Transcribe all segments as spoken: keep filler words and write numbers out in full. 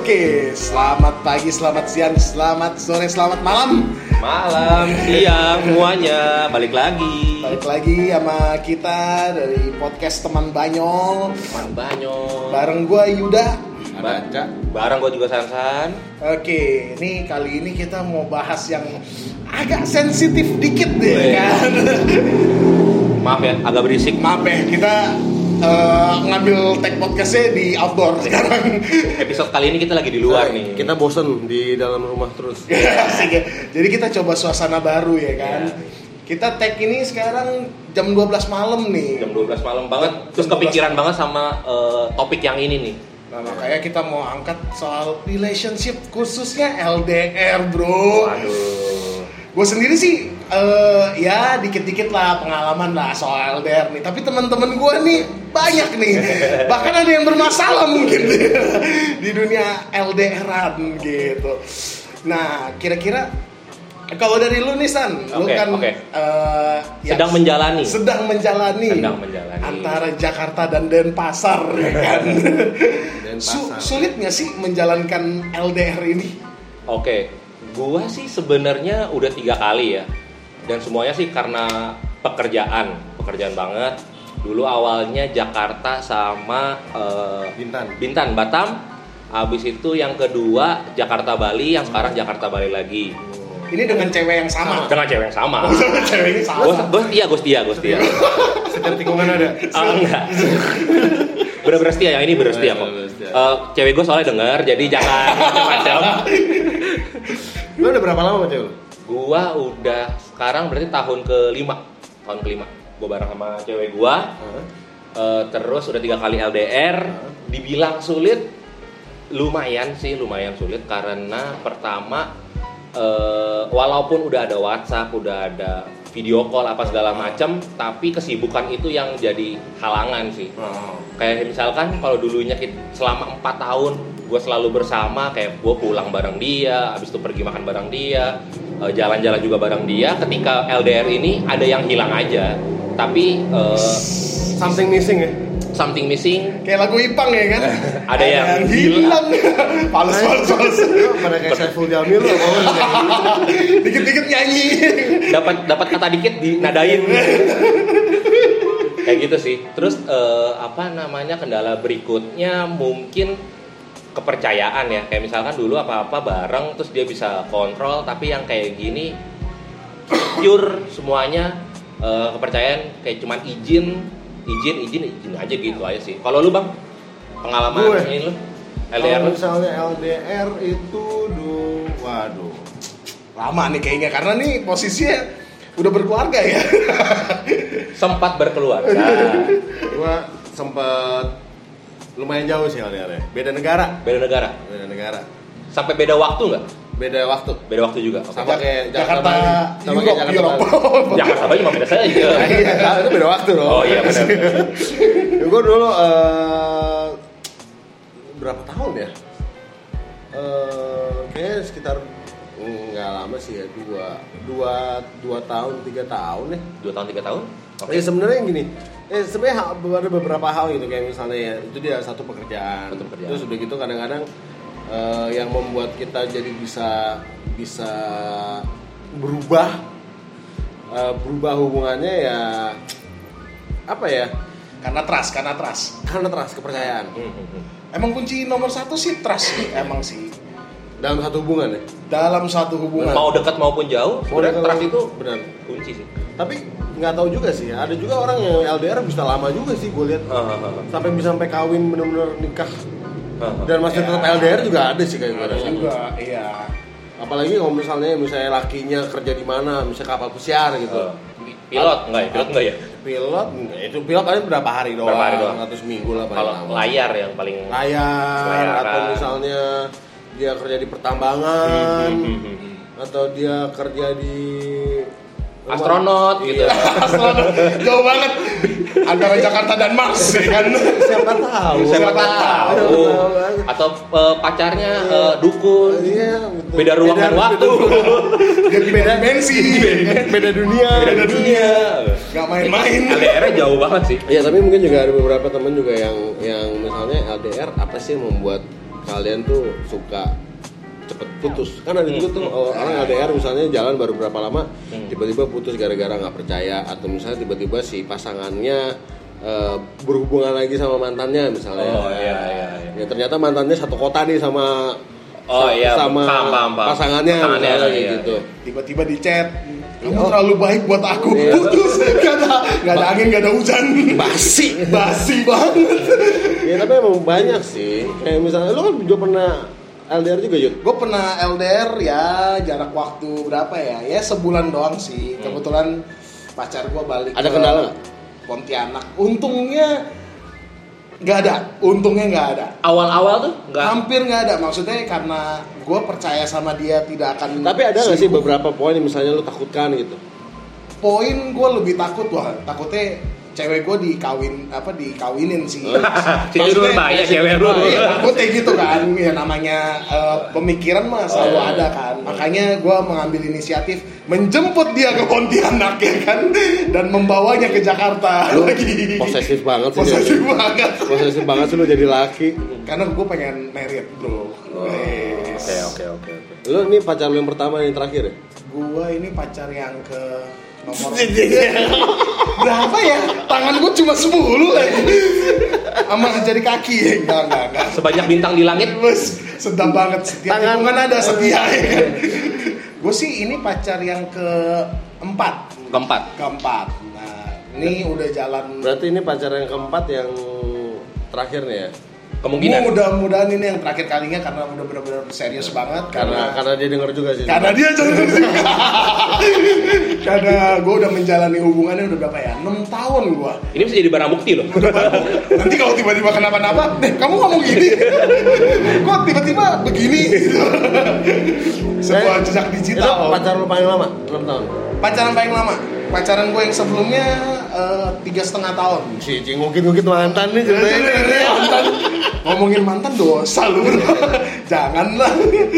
Oke, selamat pagi, selamat siang, selamat sore, selamat malam. Malam, siang, semuanya balik lagi. Balik lagi sama kita dari podcast Teman Banyol. Teman Banyol. Bareng gue Yuda. Baca. Bareng gue juga Sansan. Oke, ini kali ini kita mau bahas yang agak sensitif dikit deh kan. Maaf ya, agak berisik. Maaf ya, kita uh, ngambil tag podcastnya di outdoor sekarang. Episode kali ini kita lagi di luar nah, nih. Kita bosen di dalam rumah terus. Asik ya. Jadi kita coba suasana baru ya kan. Ya. Kita tag ini sekarang jam dua belas malam nih. Jam dua belas malam banget. Terus kepikiran banget sama uh, topik yang ini nih. Nah makanya kita mau angkat soal relationship, khususnya L D R bro. Aduh. Gue sendiri sih uh, ya dikit-dikit lah pengalaman lah soal L D R nih. Tapi teman-teman gue nih banyak nih. Bahkan ada yang bermasalah mungkin di dunia L D R-an gitu. Nah kira-kira kalau dari lu nih San, okay, lu kan okay. uh, sedang ya, menjalani. Sedang menjalani. Sedang menjalani. Antara Jakarta dan Denpasar ya kan. Su- sulit nggak sih menjalankan L D R ini? Oke. Okay. Gua sih sebenarnya udah tiga kali ya, dan semuanya sih karena pekerjaan, pekerjaan banget. Dulu awalnya Jakarta sama uh, Bintan, Bintan, Batam. Abis itu yang kedua Jakarta Bali, yang sekarang Jakarta Bali lagi. Ini dengan cewek yang sama. Dengan cewek yang sama. Oh, cewek ini sama. Gue gue setia, gue setia, gue setia. Setia tikungan ada? Oh, enggak. Bener-bener setia, yang ini bener setia kok. Uh, cewek gue soalnya denger, jadi jangan macam-macam. Lu udah berapa lama sama cewek lu? Gua udah sekarang berarti tahun kelima, tahun kelima. Gua bareng sama cewek gua. Uh-huh. Uh, terus udah tiga kali L D R. Uh-huh. Dibilang sulit, lumayan sih, lumayan sulit karena pertama, uh, walaupun udah ada WhatsApp, udah ada video call apa segala macam, tapi kesibukan itu yang jadi halangan sih. Uh-huh. Kayak misalkan kalau dulunya selama empat tahun gue selalu bersama, kayak gue pulang bareng dia, abis itu pergi makan bareng dia, jalan-jalan juga bareng dia. Ketika L D R ini ada yang hilang aja, tapi uh, something missing ya? Something missing. Kayak lagu Ipang ya kan? Ada yang, yang hilang. Pales pales pales. Pada kayak Saiful Jamil loh. Dikit-dikit nyanyi. Dapat dapat kata dikit dinadain. Kayak gitu sih. Terus uh, apa namanya kendala berikutnya mungkin kepercayaan ya, kayak misalkan dulu apa-apa bareng terus dia bisa kontrol, tapi yang kayak gini pure semuanya uh, kepercayaan kayak cuman izin izin izin izin aja gitu aja sih. Kalau lu Bang, pengalaman gue, ini lu L D R kalau lu? misalnya L D R itu duh, waduh lama nih kayaknya karena nih posisinya udah berkeluarga ya. Sempat berkeluarga. Gua sempat lumayan jauh sih L D R-nya. Beda negara. Beda negara. Beda negara. Sampai beda waktu nggak? Beda waktu. Beda waktu juga. Okay. Sama kayak Jakarta, Bali. Sama kayak Jakarta Europe. Jakarta Bali cuma beda saja. Iya, itu beda waktu loh. Oh iya benar. Gue dulu uh, berapa tahun ya? Uh, kayaknya sekitar nggak lama sih ya, dua, dua, dua tahun, tiga tahun ya. Dua tahun, tiga tahun? Oke. Ya sebenarnya gini, eh sebenarnya ada beberapa hal gitu, kayak misalnya ya itu dia satu pekerjaan. Satu pekerjaan. Terus udah gitu kadang-kadang uh, yang membuat kita jadi bisa bisa berubah uh, berubah hubungannya ya apa ya? Karena trust, karena trust. Karena trust, kepercayaan. Emang kunci nomor satu sih trust sih, emang sih. Dalam satu hubungan ya? Dalam satu hubungan. Mau dekat maupun jauh, sebenarnya trust itu benar kunci sih. Tapi nggak tahu juga sih ya. Ada juga orang yang L D R bisa lama juga sih gue lihat. Uh-huh. Sampai bisa sampai kawin benar-benar nikah. Uh-huh. Dan masih ya. tetap L D R juga ada sih kayak gue rasa. Juga, iya. Apalagi kalau misalnya misalnya lakinya kerja di mana, misalnya kapal pesiar gitu. Uh, pilot enggak ya? Pilot enggak ya? Pilot, itu pilot paling berapa hari doang? Berapa hari doang? Atau seminggu lah paling Kalau lama. layar yang paling layar, layaran. atau misalnya dia kerja di pertambangan, atau dia kerja di astronot gitu. Iya. Astronot jauh banget antara Jakarta dan Mars ya kan. Siapa tahu? Siapa tahu? Atau uh, pacarnya uh, dukun. Iya, betul. Beda ruang dan waktu. Dia beda dimensi. Beda dunia. Beda dunia. Gak main-main. L D R-nya jauh banget sih. Iya, tapi mungkin juga ada beberapa teman juga yang yang misalnya L D R apa sih yang membuat kalian tuh suka cepet putus? Kan ada juga tuh orang L D R misalnya jalan baru berapa lama tiba-tiba putus gara-gara nggak percaya, atau misalnya tiba-tiba si pasangannya uh, berhubungan lagi sama mantannya misalnya. Oh iya iya. iya. Ya ternyata mantannya satu kota nih sama Oh iya, sama paham, paham, paham. pasangannya, pasangannya misalnya, iya, gitu. iya. Tiba-tiba di chat, kamu Oh. terlalu baik buat aku. Iya. Putus, gak ada, gak ada angin, gak ada hujan. Basi. Basi banget. Ya tapi emang banyak sih. Kayak misalnya lu kan juga pernah L D R juga, Yud? Gue pernah L D R ya jarak waktu berapa ya? Ya sebulan doang sih. Kebetulan pacar gue balik Ada ke kendala nggak? Pontianak. Untungnya nggak ada. Untungnya nggak ada. Awal-awal tuh nggak. Hampir nggak ada. Maksudnya karena gue percaya sama dia tidak akan. Tapi ada nggak sih selingkuh. beberapa poin yang misalnya lu takutkan gitu? Poin gue lebih takut, wah takutnya cewek gue dikawin apa dikawinin sih. Jadi lu bayar cewek lu. Iya, takutnya gitu kan. Ya namanya uh, pemikiran mah selalu Oh. ada kan. Makanya gue mengambil inisiatif menjemput dia ke Pontianak ya kan, dan membawanya ke Jakarta Lu lagi. posesif banget sih. Posesif jadi. banget. Posesif banget sih lu jadi laki. Karena gue pengen married bro. Yes. Oke oke oke. oke. Lu nih pacar lu yang pertama yang terakhir ya? Gue ini pacar yang ke nomor berapa ya? Tangan gue cuma sepuluh lagi. Sama jari kaki ya? Enggak, enggak, enggak. Sebanyak bintang di langit. Bos, sedap banget. Setiap Tangan. hitungan ada setia ya kan. Gue sih ini pacar yang keempat. Keempat. Keempat. Nah, ini udah jalan. Berarti ini pacar yang keempat yang terakhir nih ya? Kemungkinan. Mudah-mudahan ini yang terakhir kalinya karena udah benar-benar serius banget. Karena karena dia denger juga sih. Karena dia jangan juga. Karena gue udah menjalani hubungannya udah berapa ya? enam tahun gue. Ini bisa jadi barang bukti loh. Nanti kalau tiba-tiba kenapa-napa, deh kamu ngomong gini. Kok tiba-tiba begini gitu. Sebuah jejak Itu digital. pacar lu paling lama? enam tahun. Pacaran paling lama. Pacaran gue yang sebelumnya eh, tiga setengah tahun. Si ngungkit-ngungkit mantan nih ceritanya. Mantan. Ngomongin mantan dosa lu bro. Janganlah.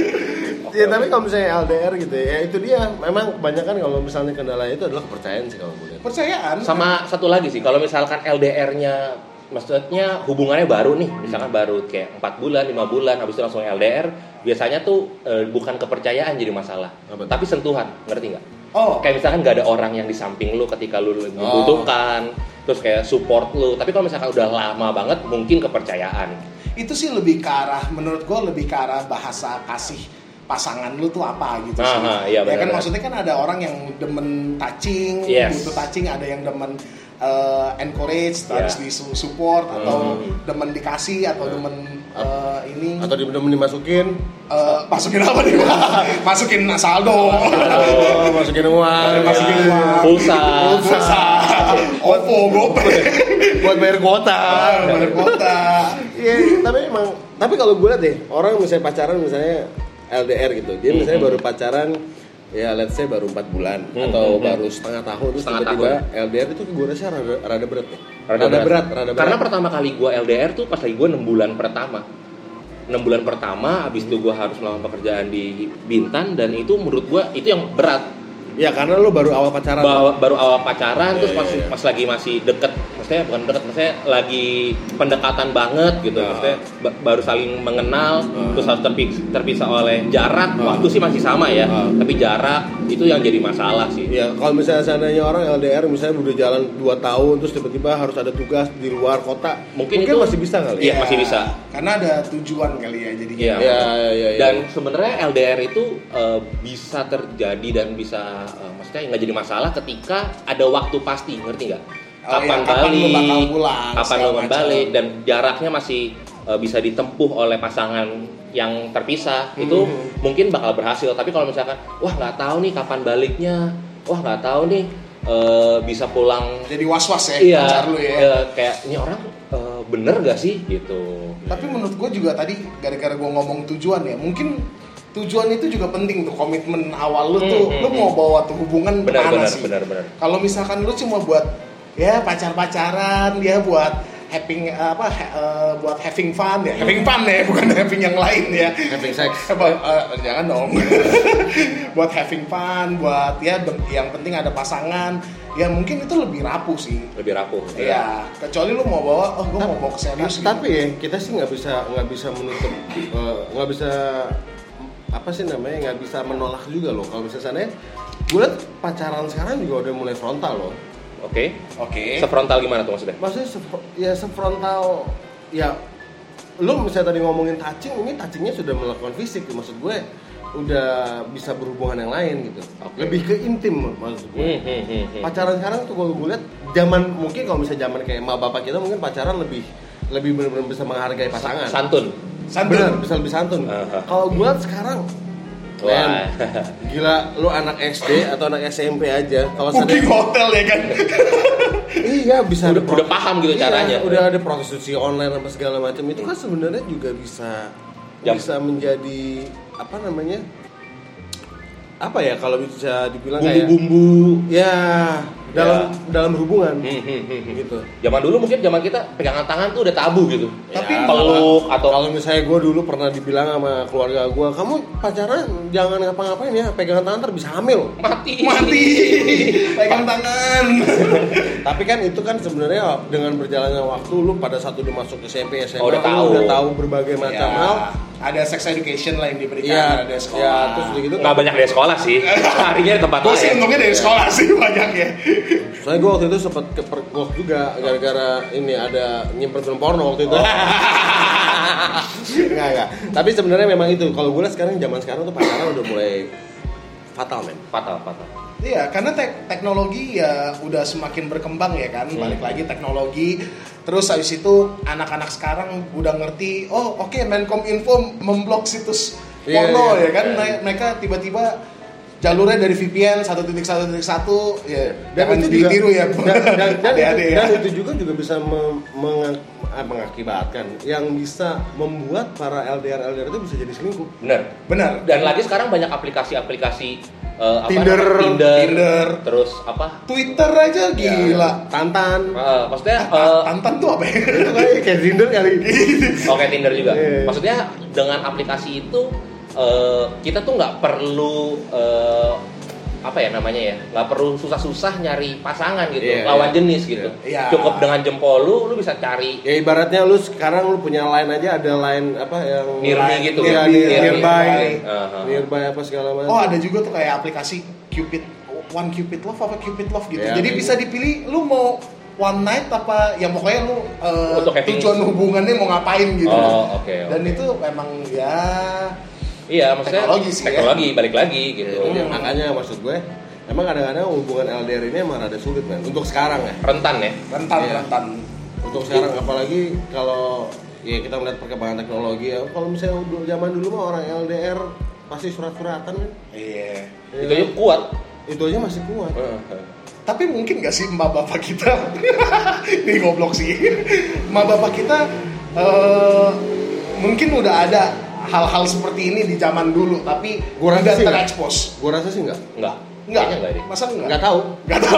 Ya tapi kalau misalnya L D R gitu ya, itu dia. Memang kebanyakan kalau misalnya kendala itu adalah kepercayaan sih kalau gue lihat. Percayaan. Sama satu lagi sih, kalau misalkan L D R-nya maksudnya hubungannya baru nih, misalkan baru kayak empat bulan, lima bulan, habis itu langsung L D R, biasanya tuh e, bukan kepercayaan jadi masalah, Apa tuh? tapi sentuhan, ngerti nggak? Oh. Kayak misalkan nggak ada orang yang di samping lu ketika lu membutuhkan, terus kayak support lu. Tapi kalau misalkan udah lama banget, mungkin kepercayaan. Itu sih lebih ke arah, menurut gue lebih ke arah bahasa kasih pasangan lu tuh apa gitu sih. Aha, iya, ya kan benar-benar. maksudnya kan ada orang yang demen touching, Yes. butuh touching, ada yang demen uh, encourage, Yeah. harus di support atau demen dikasih atau demen uh, ini Atau dia bener-bener dimasukin. uh, masukin apa nih? Masukin saldo. Oh, masukin uang. Masukin uang. Pulsa. Pulsa. Oppo, GoPay. Buat bayar kuota. Ah, bayar kuota. Iya, tapi emang tapi kalau gue lihat deh, orang misalnya pacaran misalnya L D R gitu. Dia misalnya baru pacaran ya let's say baru empat bulan Hmm, atau hmm, baru setengah tahun terus Setengah tiba-tiba L D R itu gue rasa rada, rada berat ya. Rada, berat, rada berat. Karena pertama kali gue L D R tuh pas lagi gue enam bulan pertama. enam bulan pertama, abis itu gue harus melakukan pekerjaan di Bintan, dan itu menurut gue itu yang berat. Ya karena lu baru awal pacaran. Ba- baru awal pacaran, Iya, terus pas, iya, iya. pas lagi masih deket, maksudnya bukan deket, maksudnya lagi pendekatan banget gitu, Nah. maksudnya ba- baru saling mengenal, Nah. terus harus terpisah, terpisah oleh jarak, Nah. waktu sih masih sama ya, Nah. tapi jarak itu yang jadi masalah sih. Ya kalau misalnya seandainya orang L D R misalnya udah jalan dua tahun terus tiba-tiba harus ada tugas di luar kota, Mungkin mungkin itu- masih bisa kali. Iya, masih bisa. Karena ada tujuan kali ya jadinya. Iya. Ya, ya, ya, ya. Dan sebenarnya L D R itu eh, bisa terjadi dan bisa eh, maksudnya nggak jadi masalah ketika ada waktu pasti, ngerti nggak? Oh Kapan iya, kapan lu balik, bakal pulang, kapan segala lu macam. balik, dan jaraknya masih eh, bisa ditempuh oleh pasangan yang terpisah, itu Hmm. mungkin bakal berhasil. Tapi kalau misalkan, wah nggak tahu nih kapan baliknya, wah nggak tahu nih eh, bisa pulang. Jadi was-was ya Iya, pacar lu ya. eh, kayak ini orang eh, bener gak sih gitu. Tapi menurut gue juga tadi gara-gara gue ngomong tujuan ya, mungkin tujuan itu juga penting tuh, komitmen awal lu tuh, Hmm, lu hmm, mau hmm. bawa tuh hubungan Benar, kemana benar, sih? benar, benar. Kalau misalkan lu cuma buat ya pacar-pacaran, dia buat having apa uh, buat having fun ya, having fun ya, bukan having yang lain ya. Having sex. Uh, jangan dong. Buat having fun, buat ya yang penting ada pasangan. Ya mungkin itu lebih rapuh sih. Lebih rapuh. Iya. Kecuali lu mau bawa, oh gue mau bawa ke serius. Tapi ya kita sih nggak bisa nggak bisa menutup nggak uh, bisa apa sih namanya nggak bisa menolak juga loh kalau misalnya gue liat pacaran sekarang juga udah mulai frontal loh. Oke. Okay. Oke. Okay. Sefrontal gimana tuh maksudnya? Maksudnya se- ya sefrontal ya lu misalnya tadi ngomongin touching, ini touchingnya sudah melakukan fisik maksud gue udah bisa berhubungan yang lain gitu. Okay. Lebih ke intim maksud gue. Hmm, hmm, hmm, hmm. Pacaran sekarang tuh kalau gue liat zaman mungkin kalau misalnya zaman kayak emak bapak kita mungkin pacaran lebih lebih benar-benar bisa menghargai pasangan. Santun. Santun. Benar, bisa lebih santun. Uh-huh. Kalau gue sekarang wah. Gila, lu anak S D atau anak S M P aja kalau booking hotel ya kan. Iya, bisa udah, udah paham gitu iya, caranya. Udah ada prostitusi online apa segala macam itu kan sebenarnya juga bisa Jam. bisa menjadi apa namanya? Apa ya kalau bisa dibilang kayak bumbu-bumbu ya dalam ya. dalam hubungan hmm, hmm, hmm. gitu. Zaman dulu mungkin zaman kita pegangan tangan tuh udah tabu gitu. Tapi ya, peluk atau kalau misalnya gue dulu pernah dibilang sama keluarga gue, kamu pacaran jangan ngapa-ngapain ya, pegangan tangan ntar bisa hamil. Mati. Mati. Pegang tangan. Tapi kan itu kan sebenarnya dengan berjalannya waktu lu pada saat udah masuk S M P S M A oh, udah lu tahu. udah tahu berbagai macam ya. hal. Ada sex education lah yang diberikan ya, ada sekolah. Ya, terus begitu. Nggak banyak dari sekolah sih. Harinya di tempat lain. Gue sih untungnya dari sekolah sih banyak ya. Soalnya gue waktu itu sempat kepergok juga gara-gara ini ada nyimpen film porno waktu itu. Enggak, enggak. Tapi sebenarnya memang itu. Kalau gue lihat sekarang zaman sekarang tuh pacaran udah mulai fatal, men. Fatal, fatal. Iya, karena te- teknologi ya udah semakin berkembang ya kan. Balik hmm. lagi teknologi. Terus habis itu anak-anak sekarang udah ngerti, oh oke okay, Menkominfo memblok situs yeah, porno yeah, ya kan. yeah. Mereka tiba-tiba jalurnya dari V P N satu titik satu titik satu ya. Dan jangan itu ditiru juga, ya. Dan, dan, dan, Adik-adik itu, ya. dan itu juga juga bisa mem, meng, mengakibatkan yang bisa membuat para L D R L D R itu bisa jadi selingkuh. Benar. Benar. Dan lagi sekarang banyak aplikasi-aplikasi uh, Tinder, apa, Tinder, Tinder, terus apa? Twitter aja gila. Ya, Tantan. Uh, maksudnya uh, uh, Tantan tuh apa ya? Itu kayak kayak Tinder kali. Oke, Tinder juga. Yeah. Maksudnya dengan aplikasi itu uh, kita tuh nggak perlu uh, apa ya namanya ya, nggak perlu susah-susah nyari pasangan gitu, yeah, lawan yeah. jenis gitu. Yeah. Cukup dengan jempol lu, lu bisa cari. Ya ibaratnya lu sekarang lu punya line aja, ada line apa yang nearby gitu, ya, nearby, nearby, nearby. Uh-huh. nearby apa segala macam. Oh ada juga tuh kayak aplikasi Cupid, One Cupid Love apa Cupid Love gitu. Yeah, Jadi yeah. bisa dipilih lu mau one night apa, ya pokoknya lu uh, tujuan hubungannya mau ngapain gitu. Oh oke. Okay, okay. Dan itu memang ya. Iya maksudnya teknologi sih teknologi ya. balik lagi gitu. Ya, hmm. Makanya maksud gue emang kadang-kadang hubungan L D R ini emang rada sulit kan untuk sekarang ya. Rentan ya. Rentan, ya. rentan. Untuk sekarang apalagi kalau ya kita melihat perkembangan teknologi ya. Kalau misalnya zaman dulu mah orang L D R pasti surat-suratan kan. Iya. Ya, itu aja kuat. Itu aja masih kuat. Uh-huh. Tapi mungkin gak sih emak bapak kita ini goblok sih. Emak bapak kita uh, mungkin udah ada hal-hal seperti ini di zaman dulu, tapi gua rasa tidak terekspos. Gue rasa sih enggak. Enggak. Enggak. Kayaknya enggak deh. Masa enggak? Enggak tahu. Enggak tahu.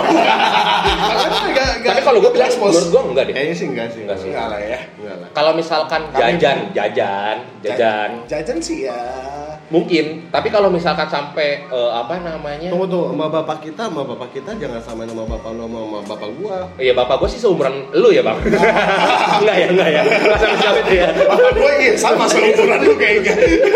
Enggak, Tapi kalau gue bilang menurut gue enggak deh. Kayaknya sih enggak sih. Enggak sih. Enggak lah ya. Enggak lah. Kalau misalkan jajan, jajan, jajan, Jajan sih ya. mungkin. Tapi kalau misalkan sampai uh, apa namanya? Tunggu tuh, sama bapak kita, sama bapak kita jangan samain sama bapak lu sama bapak gua. Iya bapak gue sih seumuran lu ya bang. Enggak ya, enggak ya. Masa jauh itu ya. Bapak gue iya sama seumuran lu kayaknya.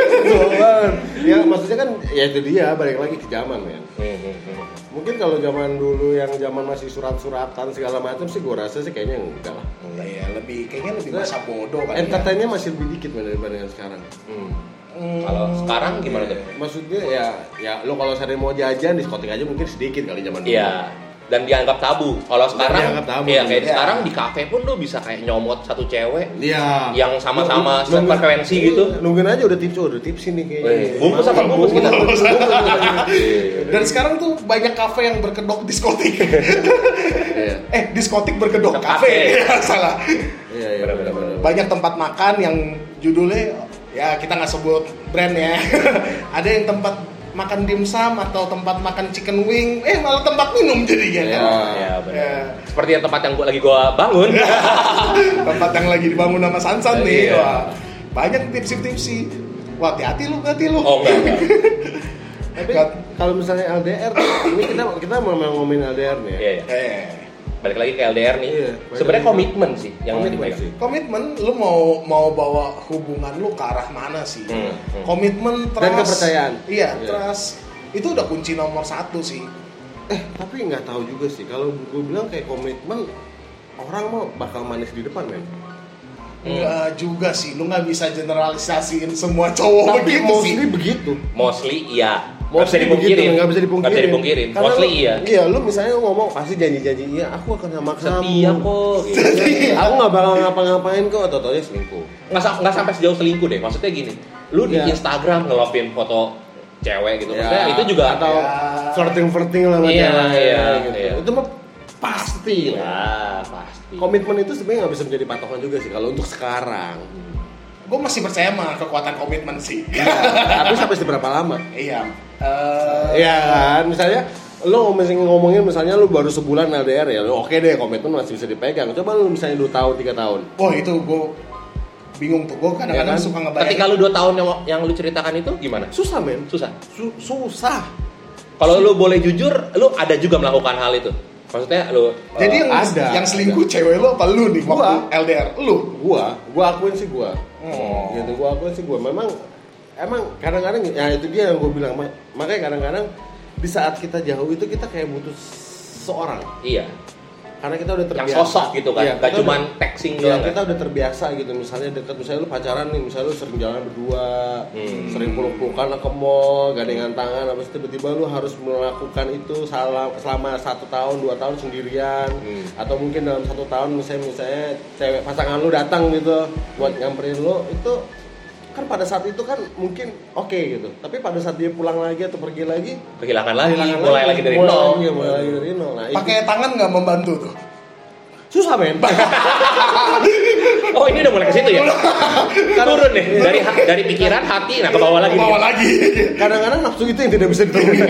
Ya maksudnya kan ya itu dia balik lagi ke zaman ya. Mungkin kalau zaman dulu yang zaman masih surat-suratan segala macam sih gua rasa sih kayaknya enggak lah. Iya, lebih kayaknya lebih masa bodoh kan. Entertainnya masih lebih dikit daripada yang sekarang. Hmm. Hmm. Kalau sekarang gimana tuh? Maksudnya ya ya lo kalau sering mau jajan diskotik aja mungkin sedikit kali zaman dulu. Iya. Dan dianggap tabu. Kalau sekarang, tabu, iya kayak ya. sekarang di kafe pun lo bisa kayak nyomot satu cewek. Iya. Yang sama-sama Nunggu- sefrekuensi nunggu- gitu. Nungguin aja udah tips, udah tips ini kayaknya. Eh, bungkus apa bungkus kita? Dan sekarang tuh banyak kafe yang berkedok diskotik. Iya. eh, diskotik berkedok Kafe. kafe. Salah. Iya, iya. Benar-benar. benar-benar. Banyak tempat makan yang judulnya ya kita nggak sebut brand ya. Ada yang tempat makan dimsum atau tempat makan chicken wing, eh malah tempat minum jadinya kan. Ya, benar. Ya. Seperti yang tempat yang gua lagi gua bangun. Tempat yang lagi dibangun sama Sansan nih. Iya. Wah, banyak tipsi-tipsi. Wah, hati-hati lu, hati lu. Oh, enggak, enggak. Tapi kalau misalnya L D R, ini kita kita mau ngomongin L D R nih. Ya. Iya, iya. Eh, Balik lagi ke L D R nih. Iya, Sebenarnya lagi. komitmen sih yang Komitmen dipegang. sih. komitmen lu mau mau bawa hubungan lu ke arah mana sih? Hmm, hmm. Komitmen, trust, Dan kepercayaan. Iya, Iya. trust. Itu udah kunci nomor satu sih. Eh, tapi nggak tahu juga sih. Kalau gue bilang kayak komitmen, orang mau bakal manis di depan, men. Enggak juga sih, lu nggak bisa generalisasiin semua cowok Tapi begitu sih. mostly begitu. Mostly iya. Nggak bisa Mostly dipungkirin. begitu, nggak bisa dipungkirin. Nggak bisa dipungkirin. Karena Mostly lu- iya. Iya, lu misalnya ngomong pasti janji-janji iya, aku akan sama kamu. Setia kok. Gitu. Aku nggak bakal ngapa-ngapain kok, atau-ataunya selingkuh. Nggak, sa- nggak sampai sejauh selingkuh deh. Maksudnya gini, lu di Iya. Instagram ngelopin foto cewek gitu. Ya, Maksudnya itu juga atau Ya. flirting-flirting lah sama Iya, cewek, iya, gitu. iya. Itu mah pasti lah. ya pasti. Komitmen itu sebenarnya nggak bisa menjadi patokan juga sih kalau untuk sekarang. Gue masih percaya sama kekuatan komitmen sih. Tapi sampai seberapa lama? Iya. Eh, Iya kan, misalnya lo ngomongin, ngomongin misalnya lo baru sebulan L D R ya, lo oke deh komitmen masih bisa dipegang. Coba lo misalnya dua tahun, tiga tahun. Wah itu gue bingung tuh. Gue kadang-kadang Ya kan? suka ngebayangin. Ketika lu dua tahun yang yang lu ceritakan itu gimana? Susah men, Susah. Su- susah. Kalau lu boleh jujur, lu ada juga melakukan hal itu. Maksudnya lu Jadi eh, yang ada, yang selingkuh ada. cewek lu apa lu nih waktu Gua. L D R? Lu. Gua, gua akuin sih gua. Oh. Gitu, gua akuin sih gua. Memang, emang kadang-kadang ya itu dia yang gua bilang. Ma- Makanya kadang-kadang di saat kita jauh itu kita kayak butuh seorang. iya, Karena kita udah terbiasa. yang sosok gitu kan, Iya, gak kita cuman udah- texting Iya, doang. kita kan? udah terbiasa gitu. Misalnya dekat, misalnya lu pacaran nih, misalnya lu sering jalan berdua, Hmm. sering peluk-pelukan ke mall, gandengan tangan, habis itu tiba-tiba lu harus melakukan itu selama, selama satu tahun, dua tahun sendirian, Hmm. atau mungkin dalam satu tahun misalnya misalnya cewek pasangan lu datang gitu buat nyamperin lu, itu kan pada saat itu kan mungkin oke gitu. Tapi pada saat dia pulang lagi atau pergi lagi, Kehilangan lagi, kehilangan mulai lagi dari mulai nol. lagi, mulai lagi dari nol. Nah, itu Pakai tangan nggak membantu tuh. susah men. Oh ini udah mulai ke situ ya? Turun nih dari ha- dari pikiran hati, nah ke bawah lagi. Bawa nih. lagi. Kadang-kadang nafsu itu yang tidak bisa diturunin.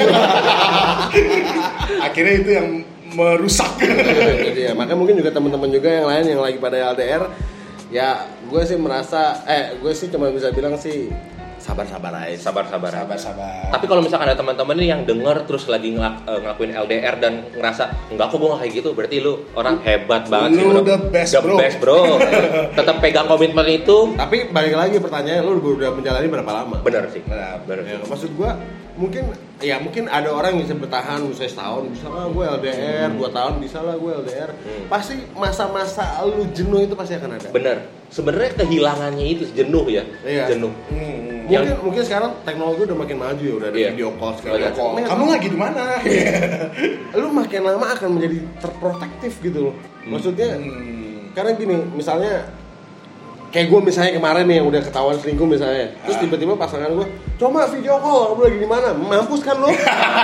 Akhirnya itu yang merusak. Jadi ya, makanya mungkin juga teman-teman juga yang lain yang lagi pada L D R, ya gue sih merasa, eh gue sih cuma bisa bilang sih sabar-sabar aja. Sabar-sabar. Sabar-sabar. Tapi kalau misalkan ada teman-teman nih yang denger terus lagi ngelak- eh, ngelakuin L D R dan ngerasa enggak kok gue nggak kayak gitu, berarti lu orang hebat banget sih, Lu bro. the best, The bro. best, bro. Tetap pegang komitmen itu. Tapi balik lagi pertanyaan, lu udah menjalani berapa lama? Bener sih. Nah, Bener. Ya, maksud gue mungkin ya mungkin ada orang yang bisa bertahan misalnya setahun, bisa lah gue L D R, dua tahun bisa lah gue L D R. Hmm. Pasti masa-masa lu jenuh itu pasti akan ada. Bener. Sebenarnya kehilangannya itu jenuh ya. Iya. Jenuh. Hmm. Mungkin Yang- mungkin sekarang teknologi udah makin maju ya, udah ada Iya. video call segala Iya. macam. Men, Kamu lagi di mana? lu makin lama akan menjadi terprotektif gitu loh. Maksudnya Hmm. karena gini, misalnya kayak gue misalnya kemarin nih yang udah ketahuan selingkuh misalnya, terus Ah. tiba-tiba pasangan gue, coba video call, kamu lagi di mana? Mampus kan lo?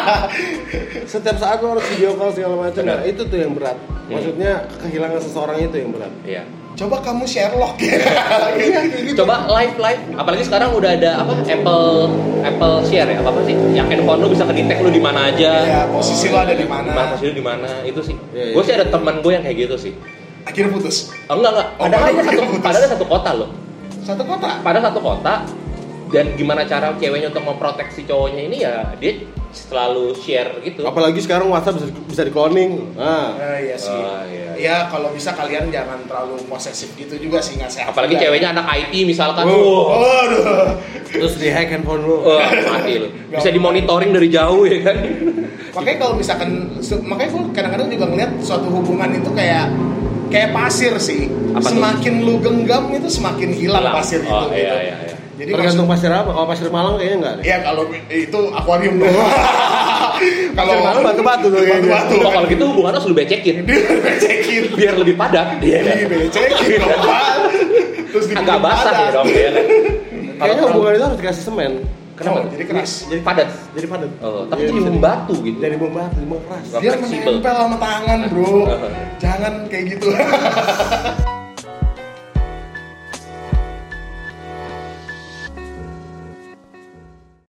Setiap saat lo harus video call segala macam. Benar. Nah, itu tuh yang berat. Maksudnya kehilangan seseorang itu yang berat. Iya. Coba kamu Sherlock ya. Iya, kayak gitu. Coba live live, apalagi sekarang udah ada apa Apple Apple Share ya apa apa sih? Yang handphone lu bisa kedetek lu di mana aja. Ya, posisi lo ada di mana? Posisi lu di mana? Itu sih. Iya, Gue iya. sih ada teman gue yang kayak gitu sih. Akhirnya putus. Oh, enggak enggak. Oh, Padahal baru ada satu putus. padahal ada satu kota loh. Satu kota. Pada satu kota, dan gimana cara ceweknya untuk memproteksi cowoknya ini ya dia selalu share gitu. Apalagi sekarang WhatsApp bisa, bisa di cloning. Nah, Nah, iya sih. Oh, iya. Ya kalau bisa kalian jangan terlalu posesif gitu juga sih, nggak sehat. Apalagi juga. ceweknya anak I T misalkan. Oh. Wah. Waduh. terus di hack handphone lu. Wah, mati lu. Bisa dimonitoring dari jauh ya kan. Makanya kalau misalkan, se- makanya gue kadang-kadang juga ngeliat suatu hubungan itu kayak kayak pasir sih. Apa tuh? Semakin lu genggam itu semakin hilang Hilang. pasir Oh, itu. iya, gitu. iya, iya. Jadi Tergantung maksud- pasir apa. Kalau pasir Malang kayaknya enggak deh. ya kalau itu akuarium dong. Pasir Malang batu-batu tuh kayaknya. Batu-batu. Oh, kalau gitu hubungan harus lu becekin Dia becekin. biar lebih padat. Iya kan? Dibecekin dong, Pak. Terus dibikin Agak basah ya padat. dong ya kan. Kayaknya hubungan itu harus dikasih semen. Kenapa? Oh, jadi keras. Jadi Padat. Jadi padat. Oh, tapi Iya, jadi bisa di- membatu gitu. Jadi membatu, jadi keras. Nggak Dia fleksibel. menempel sama tangan, bro. Jangan kayak gitu.